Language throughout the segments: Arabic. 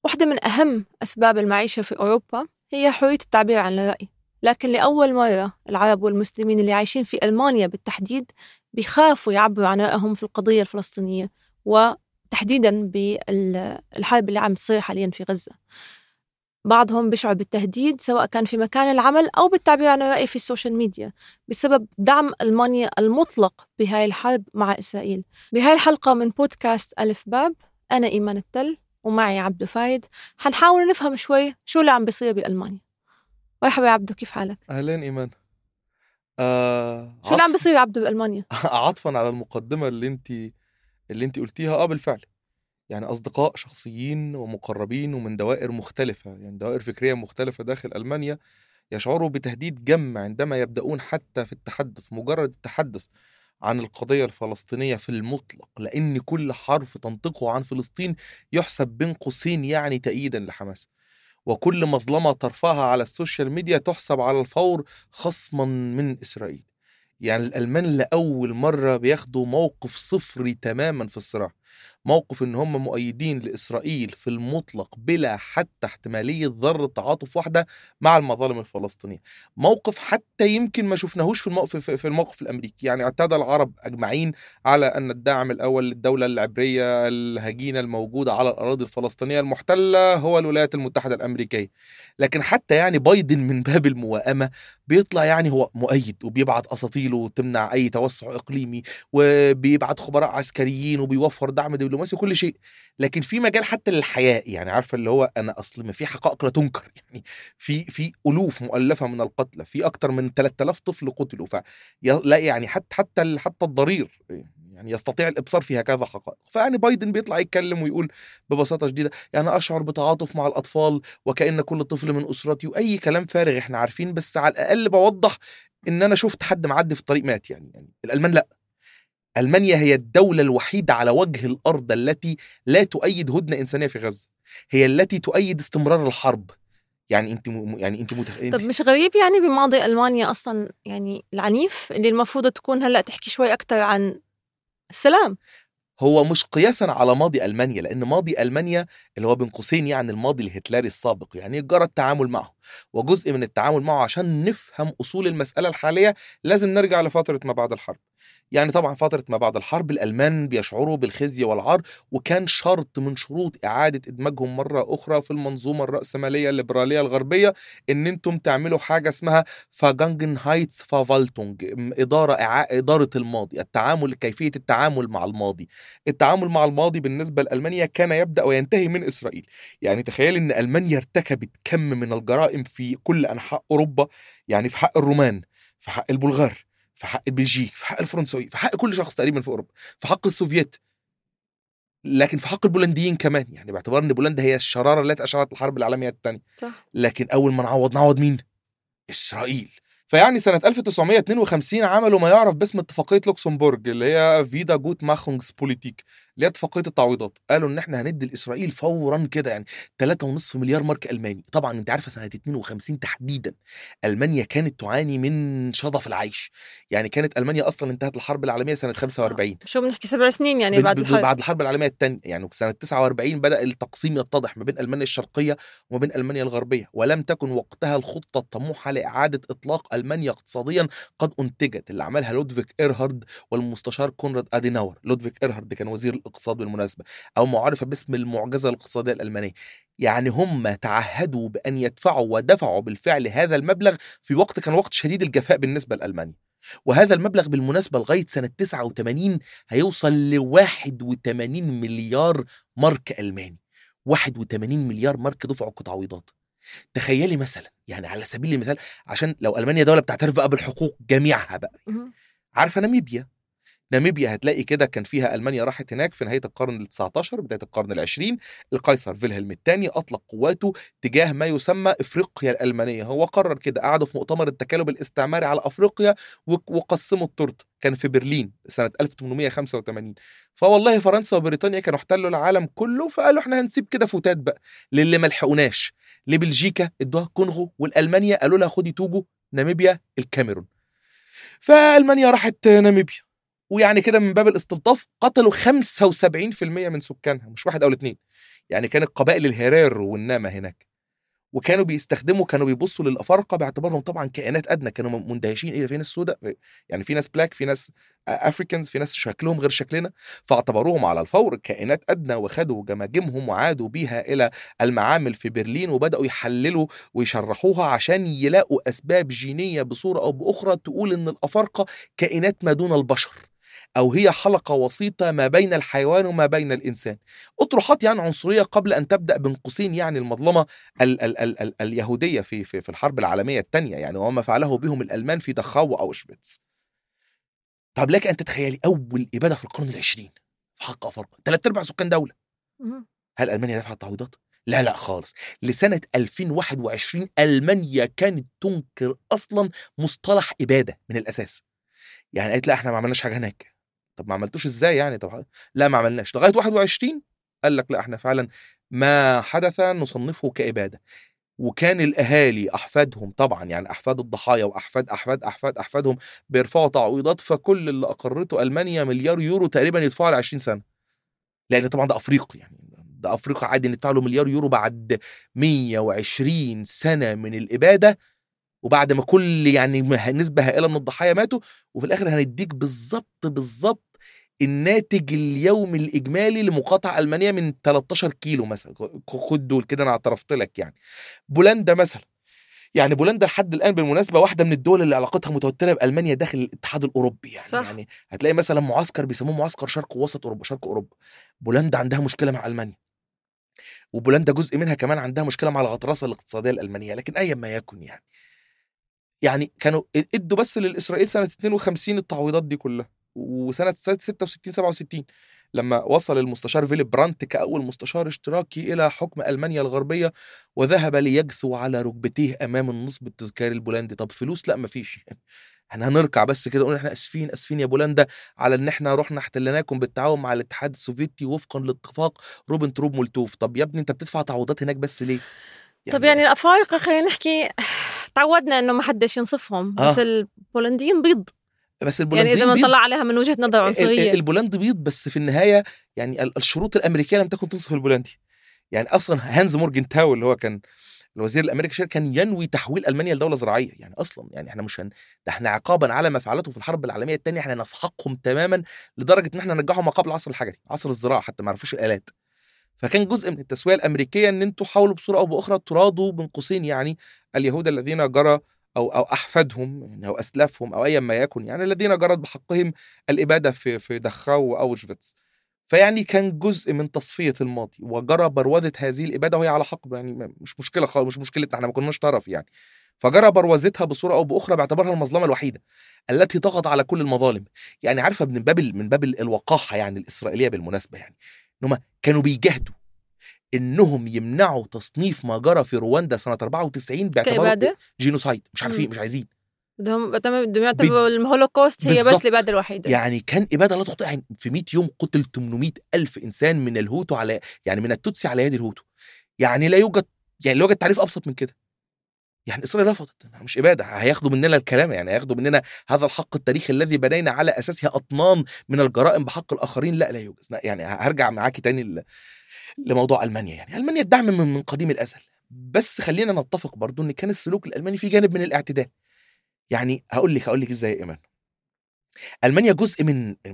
واحدة من أهم أسباب المعيشة في أوروبا هي حرية التعبير عن الرأي، لكن لأول مرة العرب والمسلمين اللي عايشين في ألمانيا بالتحديد بيخافوا يعبروا عن رأيهم في القضية الفلسطينية، وتحديداً بالحرب اللي عم تصير حالياً في غزة. بعضهم بيشعر بالتهديد سواء كان في مكان العمل أو بالتعبير عن الرأي في السوشيال ميديا بسبب دعم ألمانيا المطلق بهاي الحرب مع إسرائيل. بهاي الحلقة من بودكاست ألف باب، أنا إيمان التل ومعي عبدو فايد، حنحاول نفهم شوي شو اللي عم بيصير بألمانيا. مرحبا يا عبدو، كيف حالك؟ أهلين إيمان. شو اللي عم عطف بيصير يا عبدو بألمانيا؟ عطفا على المقدمة اللي انت قلتيها بالفعل. يعني أصدقاء شخصيين ومقربين ومن دوائر مختلفة، يعني دوائر فكرية مختلفة داخل ألمانيا، يشعروا بتهديد جم عندما يبدأون حتى في التحدث، مجرد التحدث عن القضية الفلسطينية في المطلق، لأن كل حرف تنطقه عن فلسطين يحسب بين قوسين يعني تأييدا لحماس، وكل مظلمة ترفعها على السوشيال ميديا تحسب على الفور خصما من إسرائيل. يعني الألمان لأول مرة بياخدوا موقف صفري تماما في الصراع، موقف إن هم مؤيدين لإسرائيل في المطلق بلا حتى احتمالية ذرة تعاطف واحدة مع المظالم الفلسطينية. موقف حتى يمكن ما شفناهوش في الموقف الأمريكي. يعني اعتاد العرب أجمعين على أن الدعم الأول للدولة العبرية الهجينة الموجودة على الأراضي الفلسطينية المحتلة هو الولايات المتحدة الأمريكية. لكن حتى يعني بايدن من باب الموائمة بيطلع يعني هو مؤيد، وبيبعت أساطيله تمنع أي توسع إقليمي، وبيبعت خبراء عسكريين، وبيوفر دعم دبلوماسي وكل شيء. لكن في مجال حتى للحياة، يعني عارفة اللي هو أنا أصل ما في حقائق لا تنكر. يعني في ألوف مؤلفة من القتلى، في أكتر من 3000 طفل قتلوا. لا يعني حتى الضرير يعني يستطيع الإبصار في هكذا حقائق. فيعني بايدن بيطلع يتكلم ويقول ببساطة شديدة يعني أشعر بتعاطف مع الأطفال وكأن كل طفل من أسرتي، وأي كلام فارغ إحنا عارفين، بس على الأقل بوضح إن أنا شفت حد معدي في الطريق مات. يعني الألمان لأ. ألمانيا هي الدولة الوحيدة على وجه الأرض التي لا تؤيد هدنة إنسانية في غزة، هي التي تؤيد استمرار الحرب. يعني طب مش غريب يعني بماضي ألمانيا أصلا يعني العنيف اللي المفروض تكون هلأ تحكي شوي أكتر عن السلام؟ هو مش قياسا على ماضي ألمانيا، لأن ماضي ألمانيا اللي هو بين قوسين يعني الماضي الهتلري السابق يعني جرى التعامل معه، وجزء من التعامل معه عشان نفهم أصول المسألة الحالية لازم نرجع لفترة ما بعد الحرب. يعني طبعا فترة ما بعد الحرب الألمان بيشعروا بالخزي والعار، وكان شرط من شروط إعادة إدماجهم مرة أخرى في المنظومة الرأسمالية الليبرالية الغربية إن أنتم تعملوا حاجة اسمها فاجانجنهايتس فافالتونج، إدارة الماضي، كيفية التعامل مع الماضي. التعامل مع الماضي بالنسبة لألمانيا كان يبدأ وينتهي من إسرائيل. يعني تخيل أن ألمانيا ارتكبت كم من الجرائم في كل أنحاء أوروبا، يعني في حق الرومان، في حق البلغار، في حق البلجيك، في حق الفرنسوي، في حق كل شخص تقريبا في أوروبا، في حق السوفييت، لكن في حق البولنديين كمان، يعني باعتبار أن بولندا هي الشرارة التي أشعلت الحرب العالمية الثانية. صح. لكن أول ما نعوض مين؟ إسرائيل. فيعني سنة 1952 عملوا ما يعرف باسم اتفاقية لوكسمبورج، اللي هي فيدا جوت ماخونجز بوليتيك، اللي هي اتفاقية التعويضات. قالوا ان احنا هندي لإسرائيل فورا كده يعني 3.5 مليار مارك ألماني. طبعا انت عارفة سنة 52 تحديدا ألمانيا كانت تعاني من شظف العيش. يعني كانت ألمانيا أصلا انتهت الحرب العالمية سنة 45، شو بنحكي 7 سنين يعني بعد الحرب. بعد الحرب العالمية الثانية. يعني سنة 49 بدأ التقسيم يتضح ما بين ألمانيا الشرقية وما بين ألمانيا الغربية، ولم تكن وقتها الخطة الطموحة لإعادة إطلاق ألمانيا اقتصاديا قد أنتجت، اللي عملها لودفيك إيرهارد والمستشار كونراد أديناور. لودفيك إيرهارد كان وزير الاقتصاد بالمناسبة، أو معرفة باسم المعجزة الاقتصادية الألمانية. يعني هم تعهدوا بأن يدفعوا ودفعوا بالفعل هذا المبلغ في وقت كان وقت شديد الجفاء بالنسبة لألمانيا. وهذا المبلغ بالمناسبة لغاية سنة 89 هيوصل ل 81 مليار مارك ألماني. 81 مليار مارك دفعوا كتعويضات. تخيلي مثلا، يعني على سبيل المثال، عشان لو ألمانيا دولة بتعترف بقى بالحقوق جميعها بقى، مهم. عارفة ناميبيا هتلاقي كده كان فيها ألمانيا راحت هناك في نهاية القرن ال19 بداية القرن العشرين. القيصر فيلهلم الثاني أطلق قواته تجاه ما يسمى إفريقيا الألمانية. هو قرر كده، قعدوا في مؤتمر التكالب الاستعماري على أفريقيا وقسموا التورته، كان في برلين سنة 1885. فوالله فرنسا وبريطانيا كانوا احتلوا العالم كله، فقالوا احنا هنسيب كده فتات بقى للي ما لحقوناش. لبلجيكا ادوها كونغو، والألمانيا قالوا لها خدي توجو، ناميبيا، الكاميرون. فألمانيا راحت ناميبيا، ويعني كده من باب الاستلطاف قتلوا 75% من سكانها، مش واحد أو اتنين. يعني كانت قبائل الهرير والنامة هناك، وكانوا كانوا بيبصوا للأفارقة باعتبارهم طبعا كائنات أدنى، كانوا مندهشين إيه في ناس سوداء، يعني في ناس بلاك، في ناس أفريكانز، في ناس شكلهم غير شكلنا، فاعتبروهم على الفور كائنات أدنى، وخدوا جماجمهم وعادوا بيها إلى المعامل في برلين، وبدأوا يحللوا ويشرحوها عشان يلاقوا أسباب جينية بصورة أو بأخرى تقول إن الأفارقة كائنات ما دون البشر، أو هي حلقة وسيطة ما بين الحيوان وما بين الإنسان. أطروحات يعني عنصرية قبل أن تبدأ بين قوسين يعني المظلمة ال اليهودية في الحرب العالمية الثانية، يعني وما فعله بهم الألمان في دخاو وأوشفيتس. طب لك أن تتخيلي أول إبادة في القرن العشرين في حق أفارقة 3/4 سكان دولة. هل ألمانيا دفعت تعويضات؟ لا لا خالص. لسنة 2021 ألمانيا كانت تنكر أصلا مصطلح إبادة من الأساس. يعني قالت لا احنا ما عملناش حاجة هناك. طب ما عملتوش ازاي يعني؟ طب لا ما عملناش لغاية 21 قال لك لا احنا فعلا ما حدث نصنفه كإبادة. وكان الأهالي أحفادهم طبعا، يعني أحفاد الضحايا وأحفاد أحفاد أحفاد أحفادهم بيرفعوا تعويضات، فكل اللي أقرته ألمانيا مليار يورو تقريبا يدفعوا ل 20 سنة، لأن طبعا ده أفريقي، يعني ده أفريقيا عادي ندفع له مليار يورو بعد 120 سنة من الإبادة، وبعد ما كل يعني نسبة هائلة من الضحايا ماتوا، وفي الآخر هنديك بالظبط الناتج اليومي الإجمالي لمقاطعة ألمانية من 13 كيلو مثلا. خد دول كده، أنا اعترفت لك. يعني بولندا مثلا، يعني بولندا لحد الآن بالمناسبة واحدة من الدول اللي علاقتها متوترة بألمانيا داخل الاتحاد الأوروبي. يعني صح. يعني هتلاقي مثلا معسكر بيسموه معسكر شرق ووسط أوروبا، شرق أوروبا. بولندا عندها مشكلة مع ألمانيا، وبولندا جزء منها كمان عندها مشكلة مع الغطرسة الاقتصادية الألمانية، لكن أيا ما يكن يعني كانوا ادوا بس للإسرائيل سنة 52 التعويضات دي كلها، وسنة 66 67 لما وصل المستشار فيليب برانت كأول مستشار اشتراكي إلى حكم ألمانيا الغربية، وذهب ليجثو على ركبتيه أمام النصب التذكاري البولندي. طب فلوس؟ لا مفيش. احنا هنركع بس كده نقول احنا اسفين يا بولندا على ان احنا رحنا احتلناكم بالتعاون مع الاتحاد السوفيتي وفقا لاتفاق روبنتروب مولتوف. طب يا ابني انت بتدفع تعويضات هناك بس ليه؟ طب يعني الأفارقة خلينا نحكي تعودنا إنه ما حدش ينصفهم، بس البولنديين بيض. بس يعني البولنديين إذا بيض. بنطلع عليها من وجهة نظر عنصرية، البولند بيض، بس في النهايه يعني الشروط الامريكيه لم تكن تنصف البولندي. يعني اصلا هانز مورجنتاو اللي هو كان الوزير الامريكي كان ينوي تحويل المانيا لدوله زراعيه. يعني اصلا يعني احنا مش ده احنا عقابا على ما فعلته في الحرب العالميه الثانيه احنا نسحقهم تماما، لدرجه ان احنا نرجعهم ما قبل العصر الحجري، عصر الزراعه، حتى ما عرفوش الالات. فكان جزء من التسويه الامريكيه ان انتوا حاولوا بصوره او باخرى تراضوا بين قوسين يعني اليهود الذين جرى او احفادهم يعني او اسلافهم او ايا ما يكن، يعني الذين جرت بحقهم الاباده في دخاو واوشفيتس. فيعني كان جزء من تصفيه الماضي، وجرى بروزه هذه الاباده وهي على حق، يعني مش مشكله خالص، مش مشكلتنا، احنا ما كناش طرف يعني. فجرى بروزتها بصوره او باخرى باعتبارها المظلمه الوحيده التي ضغط على كل المظالم. يعني عارفه من باب الوقاحه يعني الاسرائيليه بالمناسبه، يعني انهم كانوا بيجاهدوا انهم يمنعوا تصنيف ما جرى في رواندا سنه 94 باعتباره كإبادة. جينوسايد، مش عارفين، مش عايزين. بدهم يعتبروا الهولوكوست هي بس بالظبط. الإبادة الوحيدة. يعني كان اباده لا تعطى. يعني في 100 يوم قتل 800 الف انسان من الهوتو على، يعني من التوتسي على يد الهوتو. يعني لا يوجد، يعني لا يوجد تعريف ابسط من كده. يعني اسرائيل رفضت، مش اباده، هياخدوا مننا الكلام، يعني هياخدوا مننا هذا الحق التاريخي الذي بنينا على اساسه اطنان من الجرائم بحق الاخرين. لا يوجد. يعني هرجع معاكي تاني لموضوع المانيا. يعني المانيا الدعم من قديم الازل، بس خلينا نتفق برضو ان كان السلوك الالماني في جانب من الاعتدال. يعني هقول لك ازاي يا ايمان. المانيا جزء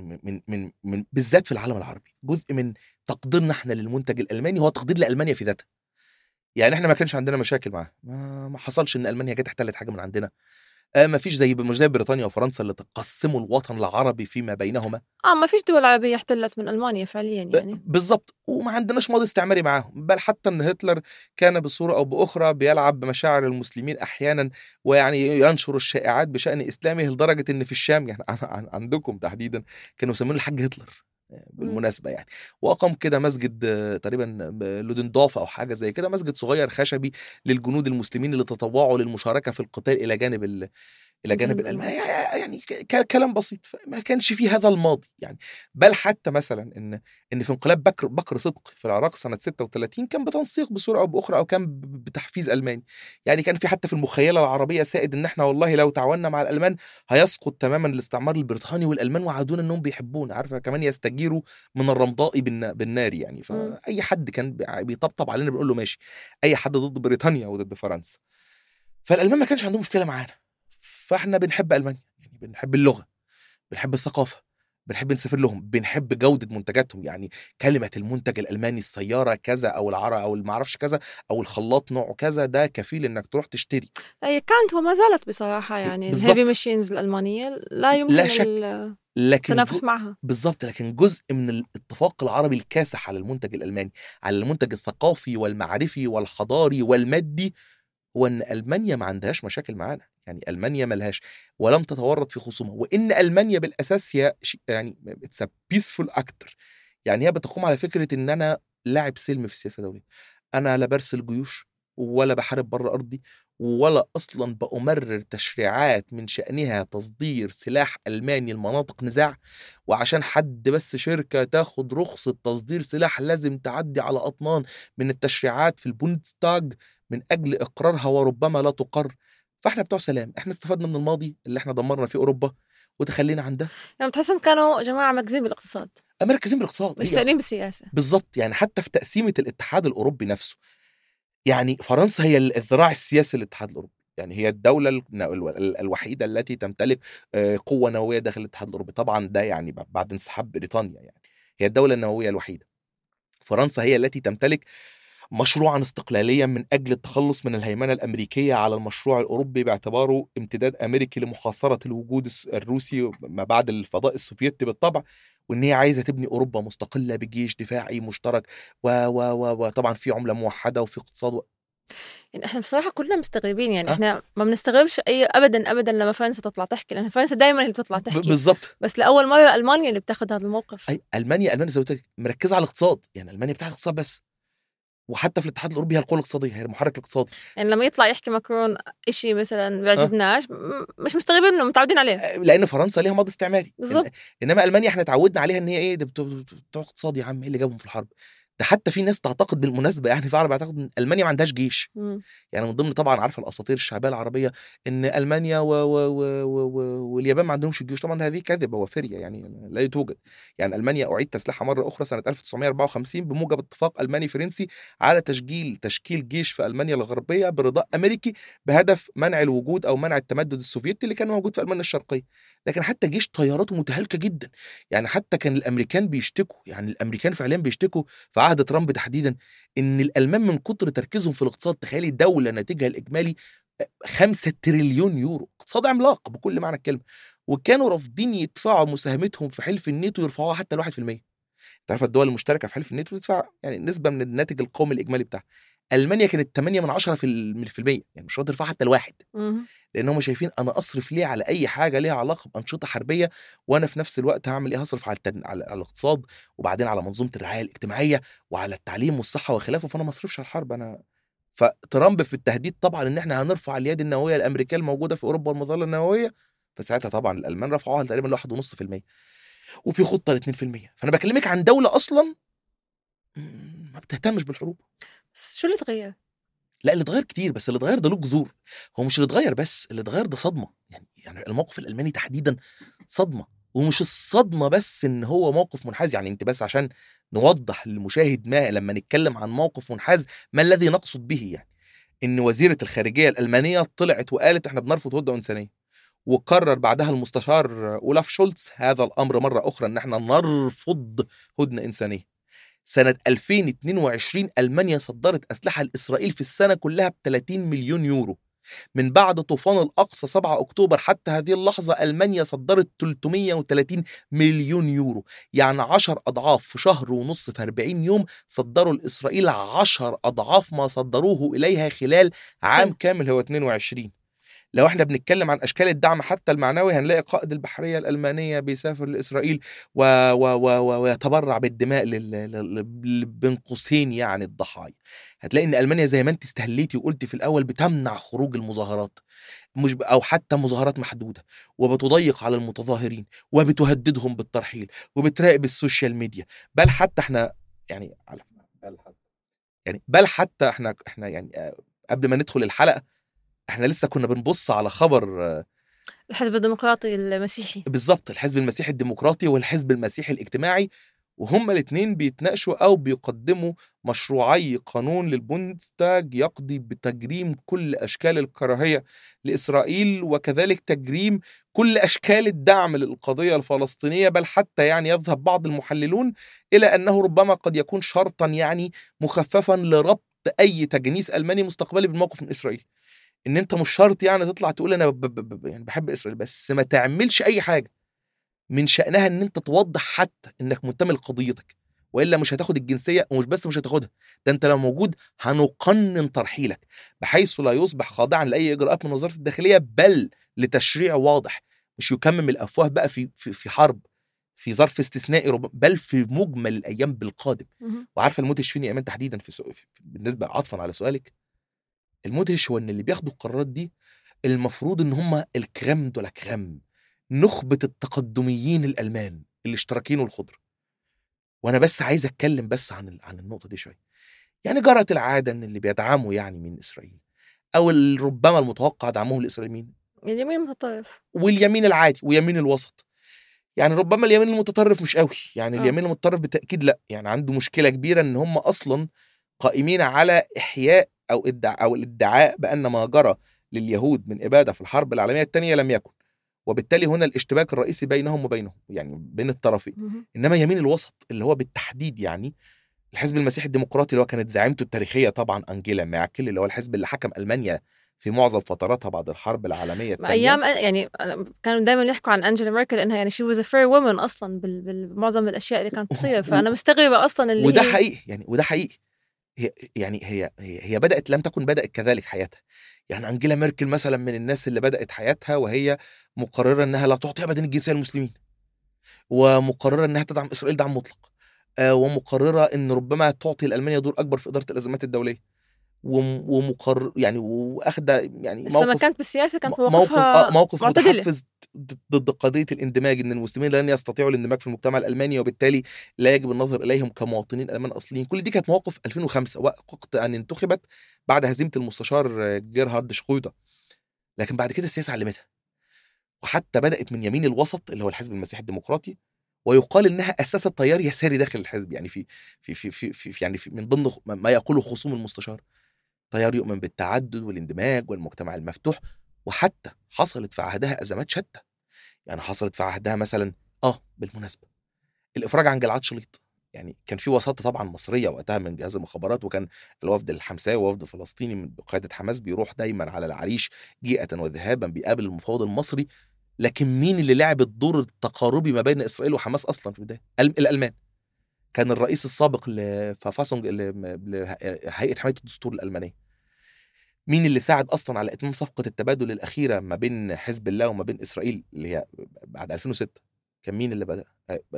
من بالذات في العالم العربي، جزء من تقديرنا احنا للمنتج الالماني هو تقدير لالمانيا في ذاتها. يعني احنا ما كانش عندنا مشاكل معاها، ما حصلش ان المانيا جت احتلت حاجه من عندنا. ما فيش مش زي بريطانيا وفرنسا اللي تقسموا الوطن العربي فيما بينهما. ما فيش دول عربية احتلت من ألمانيا فعليا يعني. بالظبط. وما عندناش ماضي استعماري معاهم، بل حتى ان هتلر كان بصوره او باخرى بيلعب بمشاعر المسلمين احيانا، ويعني ينشر الشائعات بشان اسلامه، لدرجه ان في الشام يعني عندكم تحديدا كانوا يسمونه الحاج هتلر. بالمناسبة يعني. وأقام كده مسجد تقريبا لودندورف أو حاجة زي كده، مسجد صغير خشبي للجنود المسلمين اللي تطوعوا للمشاركة في القتال إلى جانب جنب الألمان. الألمان. يعني كلام بسيط، ما كانش فيه هذا الماضي يعني. بل حتى مثلا إن في انقلاب بكر صدقي في العراق سنة 36 كان بتنسيق بصورة أو بأخرى، أو كان بتحفيز ألماني. يعني كان في حتى في المخيلة العربية سائد إن إحنا والله لو تعاوننا مع الألمان هيسقط تماما الاستعمار البريطاني، والألمان وعدونا إنهم بيحبونا، عارفة، كمان يستجيروا من الرمضاء بالنار يعني. مم. فأي حد كان بيطبطب علينا بنقول له ماشي، أي حد ضد بريطانيا وضد فرنسا. فالألمان ما كانش عندهم مشكلة معانا. فاحنا بنحب ألمانيا، يعني بنحب اللغة، بنحب الثقافة، بنحب نسافر لهم، بنحب جودة منتجاتهم. يعني كلمة المنتج الألماني، السيارة كذا أو العرق أو المعرفش كذا أو الخلاط نوعه كذا، ده كفيل إنك تروح تشتري. هي كانت وما زالت بصراحة، يعني الهيفي بالظبط، ماشينز الألمانية لا لا يمكن شك. لكن التنافس معها. بالظبط، لكن جزء من الاتفاق العربي الكاسح على المنتج الألماني، على المنتج الثقافي والمعرفي والحضاري والمادي، هو ان المانيا ما عندهاش مشاكل معانا. يعني المانيا ملهاش ولم تتورط في خصومه، وان المانيا بالاساس هي يعني اتس بيسفول اكتر. يعني هي بتقوم على فكره ان انا لاعب سلم في السياسه الدوليه. انا لا برسل جيوش ولا بحارب بره ارضي، ولا اصلا بأمرر تشريعات من شأنها تصدير سلاح الماني لمناطق نزاع. وعشان حد بس شركه تاخد رخصه تصدير سلاح لازم تعدي على اطنان من التشريعات في البوندستاج من أجل إقرارها، وربما لا تقر. فإحنا بتوع سلام، إحنا استفدنا من الماضي اللي إحنا دمرنا فيه أوروبا وتخلينا عن ده. يعني بتحسهم كانوا جماعة مركزين بالاقتصاد مركزين بالاقتصاد، مش هي سائلين بالسياسة. بالظبط. يعني حتى في تقسيمة الاتحاد الأوروبي نفسه، يعني فرنسا هي الذراع السياسي للاتحاد الأوروبي. يعني هي الدولة الوحيدة التي تمتلك قوة نووية داخل الاتحاد الأوروبي. طبعا ده يعني بعد انسحاب بريطانيا، يعني هي الدولة النووية الوحيدة. فرنسا هي التي تمتلك مشروعا استقلاليا من أجل التخلص من الهيمنة الأمريكية على المشروع الأوروبي، باعتباره امتداد أمريكي لمحاصرة الوجود الروسي ما بعد الفضاء السوفيتي بالطبع. وإن هي عايزة تبني أوروبا مستقلة بجيش دفاعي مشترك، وطبعا في عملة موحدة وفي اقتصاد يعني احنا بصراحة كلنا مستغربين، يعني ها. احنا ما بنستغربش اي ابدا ابدا لما فرنسا تطلع تحكي، لان فرنسا دائما اللي بتطلع تحكي. بالظبط. بس لأول مرة ألمانيا اللي بتاخد هذا الموقف. أي ألمانيا زي ما قلت لك مركزة على الاقتصاد. يعني ألمانيا بتاعت الاقتصاد بس، وحتى في الاتحاد الأوروبي هي القوة الاقتصادية، هي المحرك الاقتصادي. يعني لما يطلع يحكي ماكرون إشي مثلا ها. بيعجبناش مش مستغربين إنه متعودين عليه. لان فرنسا ليها ماضي استعماري. بالضبط. انما المانيا احنا اتعودنا عليها ان هي ايه ده، بتوع اقتصاد يا عم، ايه اللي جابهم في الحرب. ده حتى في ناس تعتقد بالمناسبه، يعني في عرب يعتقد ان المانيا ما عندهاش جيش. مم. يعني من ضمن طبعا عارفه الاساطير الشعبيه العربيه ان المانيا واليابان ما عندهمش جيوش. طبعا هذه كذبه وفريه، يعني لا توجد. يعني المانيا اعيد تسليحها مره اخرى سنه 1954 بموجب اتفاق الماني فرنسي على تشكيل جيش في المانيا الغربيه برضاء امريكي، بهدف منع الوجود او منع التمدد السوفيتي اللي كان موجود في المانيا الشرقيه. لكن حتى جيش طياراته متهالكه جدا. يعني حتى كان الامريكان بيشتكوا، يعني الامريكان فعليا بيشتكوا في عهد ترامب تحديدا ان الالمان من كتر تركيزهم في الاقتصاد، تخيلي دوله ناتجها الاجمالي 5 تريليون يورو، اقتصاد عملاق بكل معنى الكلمه، وكانوا رافضين يدفعوا مساهمتهم في حلف الناتو، يرفعوها حتى ل 1%. انت عارف الدول المشتركه في حلف الناتو بتدفع يعني نسبه من الناتج القومي الاجمالي بتاعها. المانيا كانت 8 من 10%، يعني مش راضي يرفعها حتى الواحد. مم. لان هم شايفين انا اصرف ليه على اي حاجه ليها علاقه بانشطه حربيه، وانا في نفس الوقت هعمل ايه؟ هصرف على الاقتصاد، وبعدين على منظومه الرعايه الاجتماعيه، وعلى التعليم والصحه وخلافه. فانا ما اصرفش على الحرب انا. فترامب في التهديد طبعا ان احنا هنرفع اليد النوويه الامريكيه الموجوده في اوروبا والمظله النوويه. فساعتها طبعا الالمان رفعوها تقريبا ل 1.5%، وفي خطه ل 2%. فانا بكلمك عن دوله اصلا ما بتهتمش بالحروب. بس شو اللي تغير؟ لا، اللي اتغير كتير، بس اللي اتغير ده له جذور. هو مش اللي اتغير بس، اللي اتغير ده صدمه. يعني الموقف الالماني تحديدا صدمه. ومش الصدمه بس ان هو موقف منحاز. يعني انت بس عشان نوضح للمشاهد ما لما نتكلم عن موقف منحاز ما الذي نقصد به. يعني ان وزيره الخارجيه الالمانيه طلعت وقالت احنا بنرفض هدنه انسانيه، وقرر بعدها المستشار أولاف شولتز هذا الامر مره اخرى ان احنا نرفض هدنه انسانيه. سنة 2022 ألمانيا صدرت أسلحة لإسرائيل في السنة كلها ب30 مليون يورو. من بعد طوفان الأقصى 7 أكتوبر حتى هذه اللحظة ألمانيا صدرت 330 مليون يورو. يعني 10 أضعاف في شهر ونص، في 40 يوم صدروا لإسرائيل 10 أضعاف ما صدروه إليها خلال عام كامل هو 22. لو احنا بنتكلم عن اشكال الدعم حتى المعنوي، هنلاقي قائد البحريه الالمانيه بيسافر لاسرائيل ويتبرع بالدماء بين قوسين يعني الضحايا. هتلاقي ان المانيا زي ما انت استهليتي وقلتي في الاول بتمنع خروج المظاهرات، مش او حتى مظاهرات محدوده، وبتضيق على المتظاهرين وبتهددهم بالترحيل وبتراقب السوشيال ميديا. بل حتى احنا يعني بل حتى احنا يعني قبل ما ندخل الحلقه احنا لسه كنا بنبص على خبر الحزب الديمقراطي المسيحي، بالظبط، الحزب المسيحي الديمقراطي والحزب المسيحي الاجتماعي، وهما الاثنين بيتناقشوا او بيقدموا مشروعي قانون للبوندستاج يقضي بتجريم كل اشكال الكراهيه لاسرائيل، وكذلك تجريم كل اشكال الدعم للقضيه الفلسطينيه. بل حتى يعني يذهب بعض المحللون الى انه ربما قد يكون شرطا يعني مخففا لربط اي تجنيس الماني مستقبلي بالموقف من اسرائيل. ان انت مش شرط يعني تطلع تقول انا يعني بحب اسرائيل، بس ما تعملش اي حاجه من شأنها ان انت توضح حتى انك منتمي لقضيتك، والا مش هتاخد الجنسيه. ومش بس مش هتاخدها، ده انت لو موجود هنقنن ترحيلك بحيث لا يصبح خاضعا لاي اجراءات من وزاره الداخليه، بل لتشريع واضح مش يكمم الافواه بقى في حرب في ظرف استثنائي بل في مجمل الايام بالقادم. وعارفه المدهش فين يا ايمان تحديدا بالنسبه عطفا على سؤالك، المدهش هو ان اللي بياخدوا القرارات دي المفروض ان هم الكريم دولا كريم، نخبة التقدميين الالمان الاشتراكيين والخضر. وانا بس عايز اتكلم بس عن النقطة دي شوية. يعني جرت العادة ان اللي بيدعموا يعني من اسرائيل او ربما المتوقع دعمهم لاسرائيل مين؟ اليمين المتطرف واليمين العادي ويمين الوسط. يعني ربما اليمين المتطرف مش قوي، يعني اليمين المتطرف بالتأكيد لا، يعني عنده مشكلة كبيرة ان هم اصلا قائمين على إحياء أو الادعاء بأن ما جرى لليهود من إبادة في الحرب العالمية الثانية لم يكن، وبالتالي هنا الاشتباك الرئيسي بينهم وبينهم يعني بين الطرفين. إنما يمين الوسط اللي هو بالتحديد يعني الحزب المسيحي الديمقراطي اللي هو كانت زعيمته التاريخية طبعا أنجيلا ميركل، اللي هو الحزب اللي حكم ألمانيا في معظم فتراتها بعد الحرب العالمية الثانية. ايام يعني كانوا دايما يحكوا عن انجيلا ميركل انها يعني شي واز ا فير وومن اصلا بمعظم الاشياء اللي كانت تصير. فانا مستغربه اصلا اللي وده هي حقيقي يعني، وده حقيقي. هي بدأت لم تكن بدأت كذلك حياتها. يعني أنجيلا ميركل مثلا من الناس اللي بدأت حياتها وهي مقررة أنها لا تعطي أبدا الجنسية للمسلمين، ومقررة أنها تدعم إسرائيل دعم مطلق، ومقررة أن ربما تعطي لألمانيا دور أكبر في إدارة الأزمات الدولية، ومقرر يعني واخده يعني بس لما كانت بالسياسه كانت مواقفها موقف معتدله. متحفز ضد قضيه الاندماج، ان المسلمين لن يستطيعوا الاندماج في المجتمع الالماني وبالتالي لا يجب النظر اليهم كمواطنين المان اصليين. كل دي كانت مواقف 2005 وقت ان انتخبت بعد هزيمه المستشار جيرهارد شرويدر. لكن بعد كده السياسه علمتها، وحتى بدات من يمين الوسط اللي هو الحزب المسيحي الديمقراطي، ويقال انها اسست تيار يساري داخل الحزب. يعني في يعني من ضمن ما يقوله خصوم المستشار تيار يؤمن بالتعدد والاندماج والمجتمع المفتوح. وحتى حصلت في عهدها أزمات شتى، يعني حصلت في عهدها مثلا بالمناسبة الإفراج عن جلعاد شليط. يعني كان في وساطة طبعا مصرية وقتها من جهاز المخابرات، وكان الوفد الحمساوي ووفد فلسطيني من قيادة حماس بيروح دايما على العريش جيئة وذهابا بيقابل المفاوض المصري. لكن مين اللي لعب الدور التقاربي ما بين إسرائيل وحماس أصلا في البداية؟ الألمان. كان الرئيس السابق لفافاسونج لهيئة حماية الدستور الألمانية. مين اللي ساعد اصلا على اتمام صفقه التبادل الاخيره ما بين حزب الله وما بين اسرائيل اللي هي بعد 2006؟ كان مين اللي بدا؟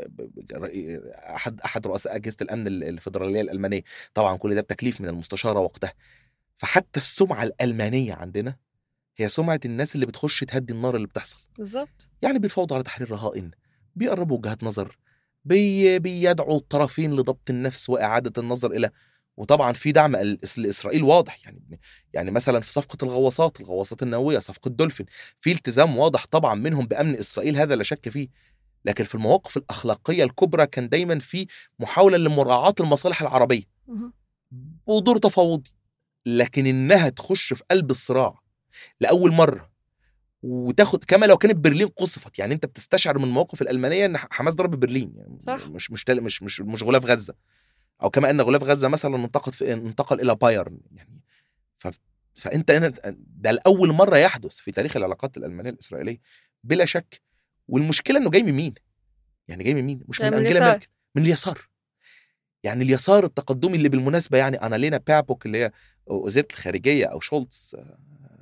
احد رؤساء اجهزه الامن الفيدراليه الالمانيه. طبعا كل ده بتكليف من المستشاره وقتها. فحتى السمعه الالمانيه عندنا هي سمعه الناس اللي بتخش تهدي النار اللي بتحصل. بالظبط. يعني بيتفاوضوا على تحرير رهائن، بيقربوا وجهات نظر، بيدعوا الطرفين لضبط النفس واعاده النظر الى. وطبعا في دعم لاسرائيل واضح، يعني مثلا في صفقه الغواصات النوويه، صفقه دولفين، في التزام واضح طبعا منهم بامن اسرائيل، هذا لا شك فيه. لكن في المواقف الاخلاقيه الكبرى كان دايما في محاوله لمراعاه المصالح العربيه ودور تفاوضي. لكن انها تخش في قلب الصراع لاول مره وتاخد كما لو كانت برلين قصفت. يعني انت بتستشعر من المواقف الالمانيه ان حماس ضرب برلين، يعني صح. مش غلاف غزه، او كما ان غلاف غزه مثلا انتقل الى بايرن. يعني فانت هنا ده لاول مره يحدث في تاريخ العلاقات الالمانيه الاسرائيليه بلا شك. والمشكله انه جاي من مين؟ يعني جاي من مين؟ مش من انجيلا ميركل، من اليسار. يعني اليسار التقدمي اللي بالمناسبه يعني انا لينا بابوك اللي هي وزيره الخارجيه او شولتز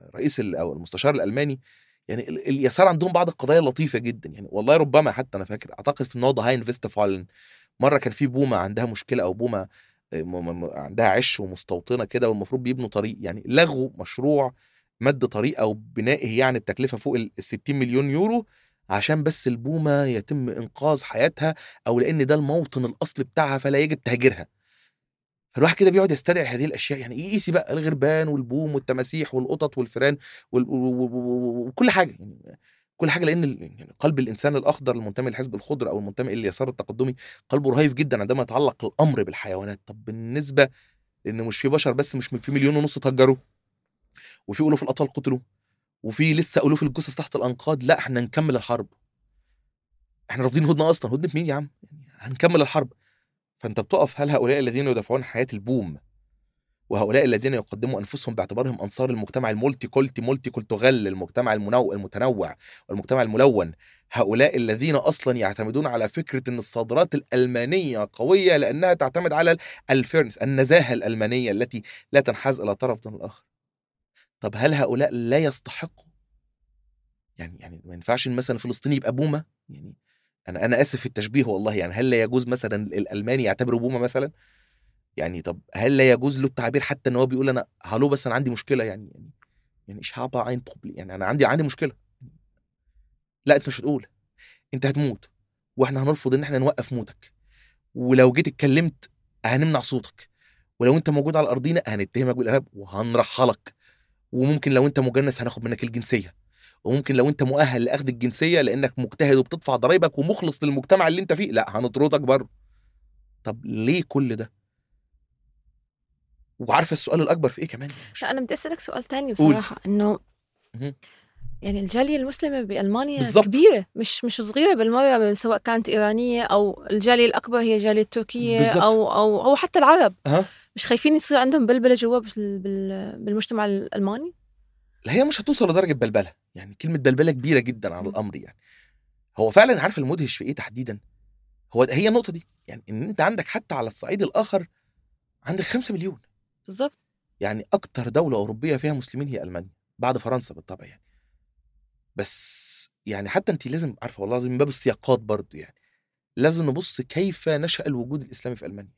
الرئيس او المستشار الالماني، يعني اليسار عندهم بعض القضايا اللطيفه جدا، يعني والله ربما حتى انا فاكر اعتقد في النهضه هاين فيستفالن مره كان في بومه عندها مشكله، او بومه عندها عش ومستوطنه كده والمفروض بيبنوا طريق، يعني لغوا مشروع مد طريق او بنائه يعني بتكلفه فوق ال 60 مليون يورو عشان بس البومه يتم انقاذ حياتها، او لان ده الموطن الاصلي بتاعها فلا يجب تهجيرها. فالواحد كده بيقعد يستدعي هذه الاشياء، يعني قيسي بقى الغربان والبوم والتماسيح والقطط والفئران وكل حاجه، يعني كل حاجه، لان يعني قلب الانسان الاخضر المنتمي لحزب الخضر او المنتمي لليسار التقدمي قلبه رهيف جدا عندما يتعلق الامر بالحيوانات. طب بالنسبه لانه مش في بشر بس، مش في 1.5 مليون اتهجروا، وفي الوف الاطفال قتلوا، وفي لسه الوف الجثث تحت الانقاض، لا احنا نكمل الحرب، احنا رافضين هدنه اصلا، هدنه مين يا عم؟ يعني هنكمل الحرب. فانت بتقف، هل هؤلاء الذين يدافعون عن حياه البوم وهؤلاء الذين يقدموا انفسهم باعتبارهم انصار المجتمع مولتي كولتوغل، المجتمع المتنوع والمجتمع الملون، هؤلاء الذين اصلا يعتمدون على فكره ان الصادرات الالمانيه قويه لانها تعتمد على الفيرنس، النزاهه الالمانيه التي لا تنحاز الى طرف دون الاخر. طب هل هؤلاء لا يستحقوا؟ يعني ما ينفعش مثلا الفلسطيني يبقى بومه؟ يعني انا اسف في التشبيه والله، يعني هل لا يجوز مثلا الالماني يعتبره بومه مثلا؟ يعني طب هل لا يجوز له التعبير حتى ان هو بيقول انا هالو بس انا عندي مشكله، يعني ich habe ein Problem، يعني انا عندي مشكله؟ لا انت مش هتقول، انت هتموت واحنا هنرفض ان احنا نوقف موتك، ولو جيت اتكلمت هنمنع صوتك، ولو انت موجود على ارضنا هنتهمك بالارهاب وهنرحلك، وممكن لو انت مجنس هناخد منك الجنسيه، وممكن لو انت مؤهل لاخذ الجنسيه لانك مجتهد وبتدفع ضرائبك ومخلص للمجتمع اللي انت فيه، لا هنطردك بره. طب ليه كل ده؟ وعارفه السؤال الاكبر في ايه كمان؟ يعني مش لا أنا بدي أسألك سؤال تاني قولي. بصراحة، إنه مهم. يعني الجالية المسلمة بألمانيا بالظبط. كبيرة، مش صغيرة بالمرة، سواء كانت إيرانية أو الجالية الأكبر هي الجالية التركية بالظبط. أو حتى العرب. أها. مش خايفين يصير عندهم بلبلة جوا بالمجتمع الألماني؟ هي مش هتوصل لدرجة بلبلة، يعني كلمة بلبلة كبيرة جدا على الأمر. يعني هو فعلا عارف المدهش في إيه تحديدا؟ هي النقطة دي، يعني إن أنت عندك حتى على الصعيد الآخر عندك 5 مليون. بالضبط. يعني أكتر دولة أوروبية فيها مسلمين هي ألمانيا بعد فرنسا بالطبع يعني. بس يعني حتى أنت لازم عارفة والله العظيم من باب السياقات برضو، يعني لازم نبص كيف نشأ الوجود الإسلامي في ألمانيا.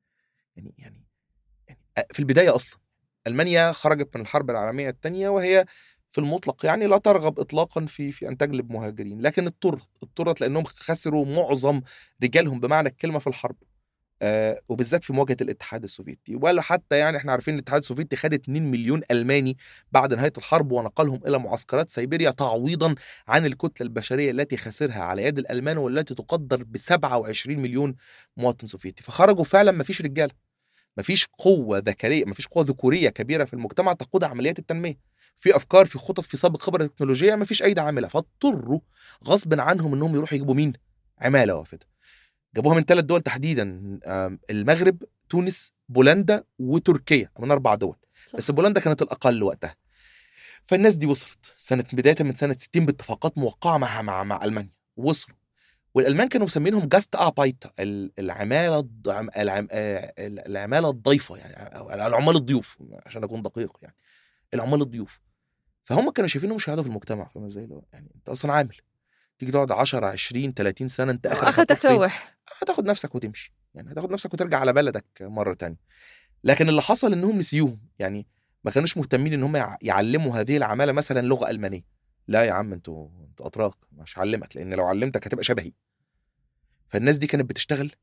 يعني في البداية أصلا ألمانيا خرجت من الحرب العالمية الثانية وهي في المطلق يعني لا ترغب إطلاقا في أن تجلب مهاجرين، لكن اضطرت لأنهم خسروا معظم رجالهم بمعنى الكلمة في الحرب، وبالذات في مواجهة الاتحاد السوفيتي. ولا حتى يعني احنا عارفين الاتحاد السوفيتي خد 2 مليون ألماني بعد نهاية الحرب ونقلهم إلى معسكرات سيبيريا تعويضا عن الكتلة البشرية التي خسرها على يد الألمان، والتي تقدر ب 27 مليون مواطن سوفيتي. فخرجوا فعلا ما فيش رجالة، مفيش قوة ذكرية، مفيش قوة ذكورية كبيرة في المجتمع تقود عمليات التنمية، في أفكار، في خطط، في سابق خبرة تكنولوجية، مفيش أيدي عاملة. فاضطروا غصب عنهم إنهم يروحوا يجيبوا مين؟ عمالة وافدة. جابوها من 3 دول تحديدا، المغرب، تونس، بولندا، وتركيا، من 4 دول. صح. بس بولندا كانت الأقل وقتها. فالناس دي وصلت بداية من سنة 60 باتفاقات موقعة مع ألمانيا، وصلوا. والالمان كانوا مسمينهم جاست ابايت، العماله العماله الضيفه، يعني أو العمال الضيوف عشان اكون دقيق، يعني العمال الضيوف. فهم كانوا شايفينهم مش هيقعدوا في المجتمع، فاهم ازاي؟ يعني انت اصلا عامل تيجي تقعد 10 20 30 سنه، انت اخرك وآخرتك هتروح فين؟ تروح. هتاخد نفسك وتمشي، يعني هتاخد نفسك وترجع على بلدك مره تانية. لكن اللي حصل انهم نسيوهم، يعني ما كانوش مهتمين ان هم يعلموا هذه العماله مثلا لغه المانيه. لا يا عم، انتوا اتراك، مش هعلمك، لان لو علمتك هتبقى شبهي. فالناس دي كانت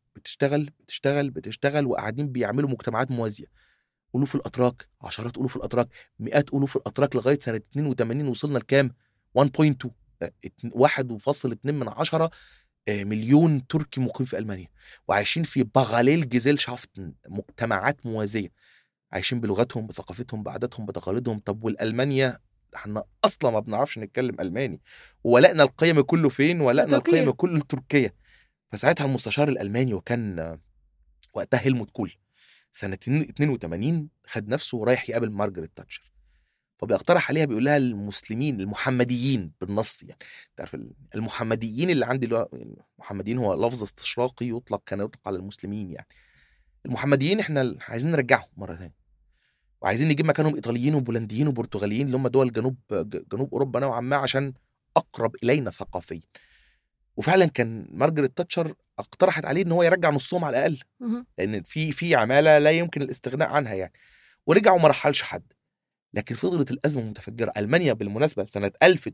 بتشتغل وقاعدين بيعملوا مجتمعات موازية، ألوف الأتراك، عشرات ألوف الأتراك، مئات ألوف الأتراك، لغاية سنة 82 وصلنا لكام؟ 1.2، 1.2 من 10 مليون تركي مقيم في ألمانيا، وعايشين في بغاليل جزيل شافتن، مجتمعات موازية، عايشين بلغتهم، بثقافتهم، بعاداتهم، بتقاليدهم. طب والألمانيا احنا اصلا ما بنعرفش نتكلم الماني، ولقنا القيم كله فين؟ ولقنا القيم تركيا. كله لتركيا. فساعتها المستشار الألماني، وكان وقتها هيلموت كول، سنة 82 خد نفسه ورايح يقابل مارجريت تاتشر. فبيقترح عليها، بيقول لها المسلمين المحمديين بالنص، يعني تعرف المحمديين اللي عندي، اللي هو المحمديين هو لفظ استشراقي كان يطلق على المسلمين، يعني المحمديين احنا عايزين نرجعهم مرة ثانية، وعايزين نجيب مكانهم ايطاليين وبولنديين وبرتغاليين اللي هم دول جنوب اوروبا نوعا ما عشان اقرب الينا ثقافيا. وفعلا كان مارجريت تاتشر اقترحت عليه ان هو يرجع نصهم على الاقل، لان في عماله لا يمكن الاستغناء عنها يعني. ورجع وما رحلش حد. لكن فضلت الازمه متفجره. المانيا بالمناسبه سنه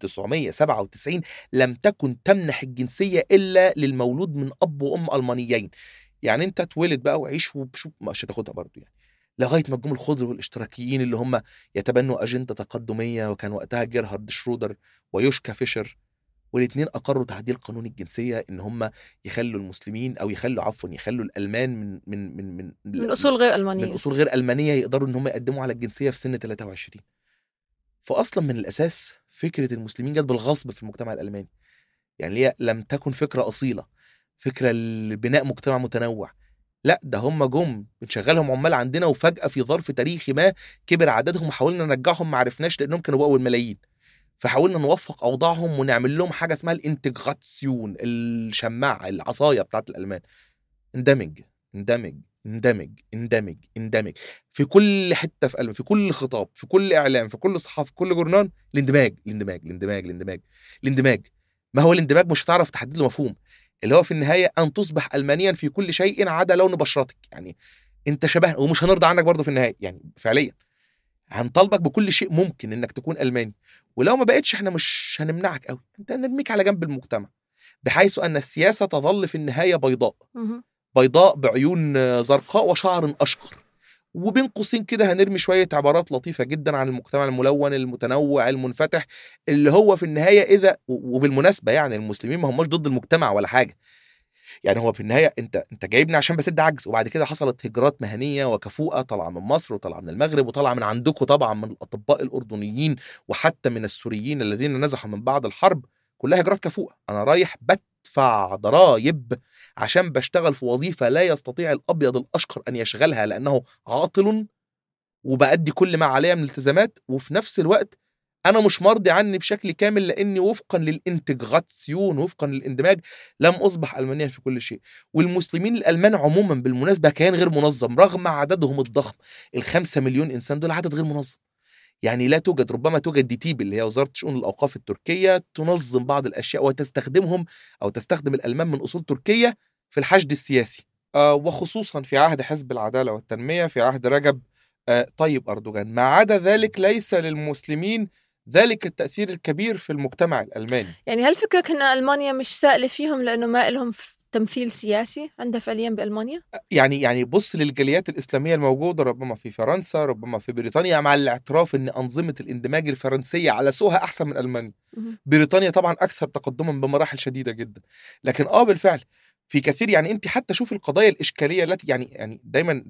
1997 لم تكن تمنح الجنسيه الا للمولود من اب وام المانيين. يعني انت اتولد بقى وعيش وبشوف مش هتاخدها برضه يعني، لغايه ما جم الخضر والاشتراكيين اللي هم يتبنوا اجنده تقدميه، وكان وقتها جيرهارد شرودر ويوشكا فيشر، والاثنين اقروا تعديل قانون الجنسيه ان هم يخلوا المسلمين او يخلوا الالمان من أصول غير من ألمانية. اصول غير المانيه يقدروا ان هم يقدموا على الجنسيه في سن 23. فاصلا من الاساس فكره المسلمين جت بالغصب في المجتمع الالماني. يعني هي لم تكن فكره اصيله، فكره لبناء مجتمع متنوع. لا، ده هم جم بنشغلهم عمال عندنا، وفجاه في ظرف تاريخي ما كبر عددهم وحاولنا نرجعهم، ما عرفناش لانهم كانوا بقوا الملايين. فحاولنا نوفق اوضاعهم ونعمل لهم حاجه اسمها الانتجراسيون، الشماعه، العصايه بتاعت الالمان. اندمج اندمج اندمج اندمج اندمج في كل حته في قلب، في كل خطاب، في كل اعلام، في كل صحافه، في كل جورنال. الاندماج الاندماج الاندماج الاندماج الاندماج. ما هو الاندماج مش هتعرف تحدد له مفهوم، اللي هو في النهايه ان تصبح المانيا في كل شيء عدا لون بشرتك. يعني انت شبهنا ومش هنرضى عنك برضه في النهايه، يعني فعليا هنطالبك بكل شيء ممكن انك تكون الماني، ولو ما بقتش احنا مش هنمنعك قوي، انت هنرميك على جنب المجتمع، بحيث ان السياسه تظل في النهايه بيضاء، بيضاء بعيون زرقاء وشعر اشقر. وبين قوسين كده هنرمي شويه عبارات لطيفه جدا عن المجتمع الملون المتنوع المنفتح، اللي هو في النهايه اذا وبالمناسبه يعني المسلمين ما هماش ضد المجتمع ولا حاجه. يعني هو في النهايه انت جايبني عشان بسد عجز، وبعد كده حصلت هجرات مهنيه وكفؤه طالعه من مصر وطالعه من المغرب وطالعه من عندكم طبعا من الاطباء الاردنيين وحتى من السوريين الذين نزحوا من بعد الحرب. كلها هجرات كفؤه. انا رايح بدفع ضرايب عشان بشتغل في وظيفه لا يستطيع الابيض الاشقر ان يشغلها لانه عاطل، وبأدي كل ما عليا من التزامات، وفي نفس الوقت انا مش مرضي عني بشكل كامل لاني وفقا للانتجراسيون، وفقا للاندماج، لم اصبح المانيا في كل شيء. والمسلمين الالمان عموما بالمناسبه كيان غير منظم رغم عددهم الضخم. ال5 مليون انسان دول عدد غير منظم. يعني لا توجد، ربما توجد ديتيب اللي هي وزاره شؤون الاوقاف التركيه تنظم بعض الاشياء وتستخدمهم او تستخدم الالمان من اصول تركيه في الحشد السياسي، وخصوصا في عهد حزب العداله والتنميه في عهد رجب طيب أردوغان. ما عدا ذلك ليس للمسلمين ذلك التأثير الكبير في المجتمع الألماني. يعني هل فكرك أن ألمانيا مش سائلة فيهم لأنه ما لهم تمثيل سياسي عندها فعليا بألمانيا؟ يعني بص للجاليات الإسلامية الموجودة ربما في فرنسا، ربما في بريطانيا، مع الاعتراف أن أنظمة الاندماج الفرنسية على سوها أحسن من ألمانيا. بريطانيا طبعا أكثر تقدما بمراحل شديدة جدا. لكن بالفعل في كثير، يعني انت حتى شوف القضايا الاشكاليه التي يعني دايما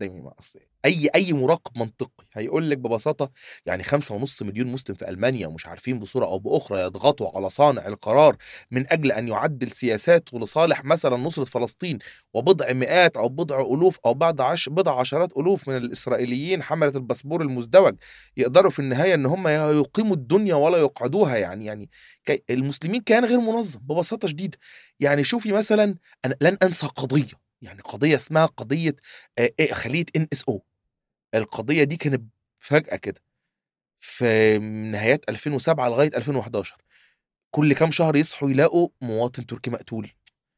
اي مراقب منطقي هيقول لك ببساطه يعني 5.5 مليون مسلم في المانيا ومش عارفين بصوره او باخرى يضغطوا على صانع القرار من اجل ان يعدل سياساته لصالح مثلا نصره فلسطين، وبضع مئات او بضع الوف او بضع عشرات الوف من الاسرائيليين حمله الباسبور المزدوج يقدروا في النهايه ان هم يقيموا الدنيا ولا يقعدوها. يعني المسلمين كان غير منظم ببساطه شديده. يعني شوفي مثلا، أنا لن أنسى قضية اسمها قضية خلية NSO. القضية دي كانت فجأة كده في نهايات 2007 لغاية 2011 كل كام شهر يصحوا يلاقوا مواطن تركي مقتول.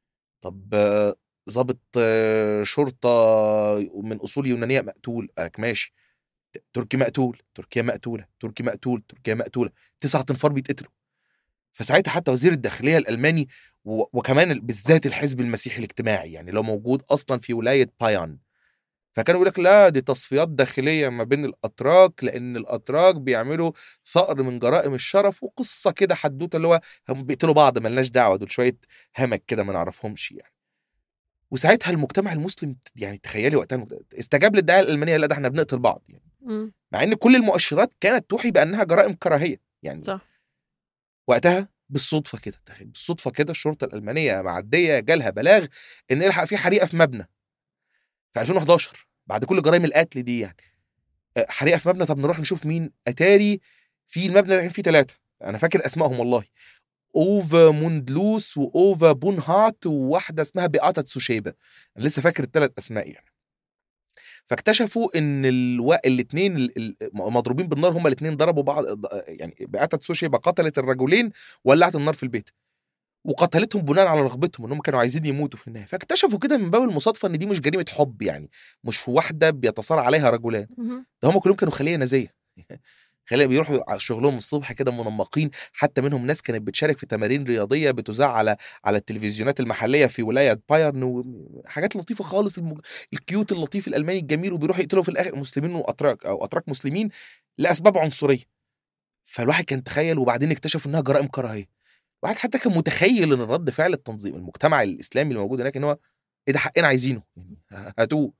طب ضابط شرطة من أصول يونانية مقتول. ماشي، تركي مقتول، تركيا مقتولة، تركي مقتول، تركيا مقتولة، 9 أنفار بيتقتلوا. فساعتها حتى وزير الداخلية الألماني وكمان بالذات الحزب المسيحي الاجتماعي، يعني لو موجود أصلا في ولاية بايان، فكانوا يقول لك لا دي تصفيات داخلية ما بين الأتراك لأن الأتراك بيعملوا ثأر من جرائم الشرف، وقصة كده حدوتة اللي هو هم بيقتلوا بعض ملناش دعوة، دول شوية همك كده ما نعرفهمش يعني. وساعتها المجتمع المسلم يعني تخيلي وقتها استجاب للدعاية الألمانية، لا ده احنا بنقتل بعض يعني. مع ان كل المؤشرات كانت توحي بأنها جرائم كراهية يعني. صح. وقتها بالصدفة كده الشرطة الألمانية معدية جالها بلاغ إن يلحق في حريقة في مبنى في 2011 بعد كل جرائم القتل دي يعني. حريقة في مبنى، طب نروح نشوف مين. أتاري في المبنى ده كان فيه 3، أنا فاكر أسمائهم والله، أوفا موندلوس وأوفا بونهات وواحدة اسمها بياتا تسوشيبا. أنا لسه فاكر ال3 أسماء يعني. فاكتشفوا ان الاثنين مضروبين بالنار، هما الاثنين ضربوا بعض، يعني بقتت سوشيبا قتلت الرجلين ولعت النار في البيت، وقتلتهم بناء على رغبتهم انهم كانوا عايزين يموتوا في النهايه. فاكتشفوا كده من باب المصادفه ان دي مش جريمه حب، يعني مش واحده بيتصارع عليها رجلان، ده هم كلهم كانوا خليه نازيه خليه بيروحوا شغلهم الصبح كده منمقين. حتى منهم ناس كانت بتشارك في تمارين رياضيه بتذاع على التلفزيونات المحليه في ولايه بايرن، حاجات لطيفه خالص، الكيوت اللطيف الالماني الجميل، وبيروحوا يقتلوا في الاخر مسلمين واتراك او اتراك مسلمين لاسباب عنصريه. فالواحد كان تخيل، وبعدين اكتشفوا انها جرائم كراهيه. واحد حتى كان متخيل ان الرد فعل التنظيم المجتمع الاسلامي اللي موجود هناك ان هو ايه ده، حقنا عايزينه، يعني هاتوه.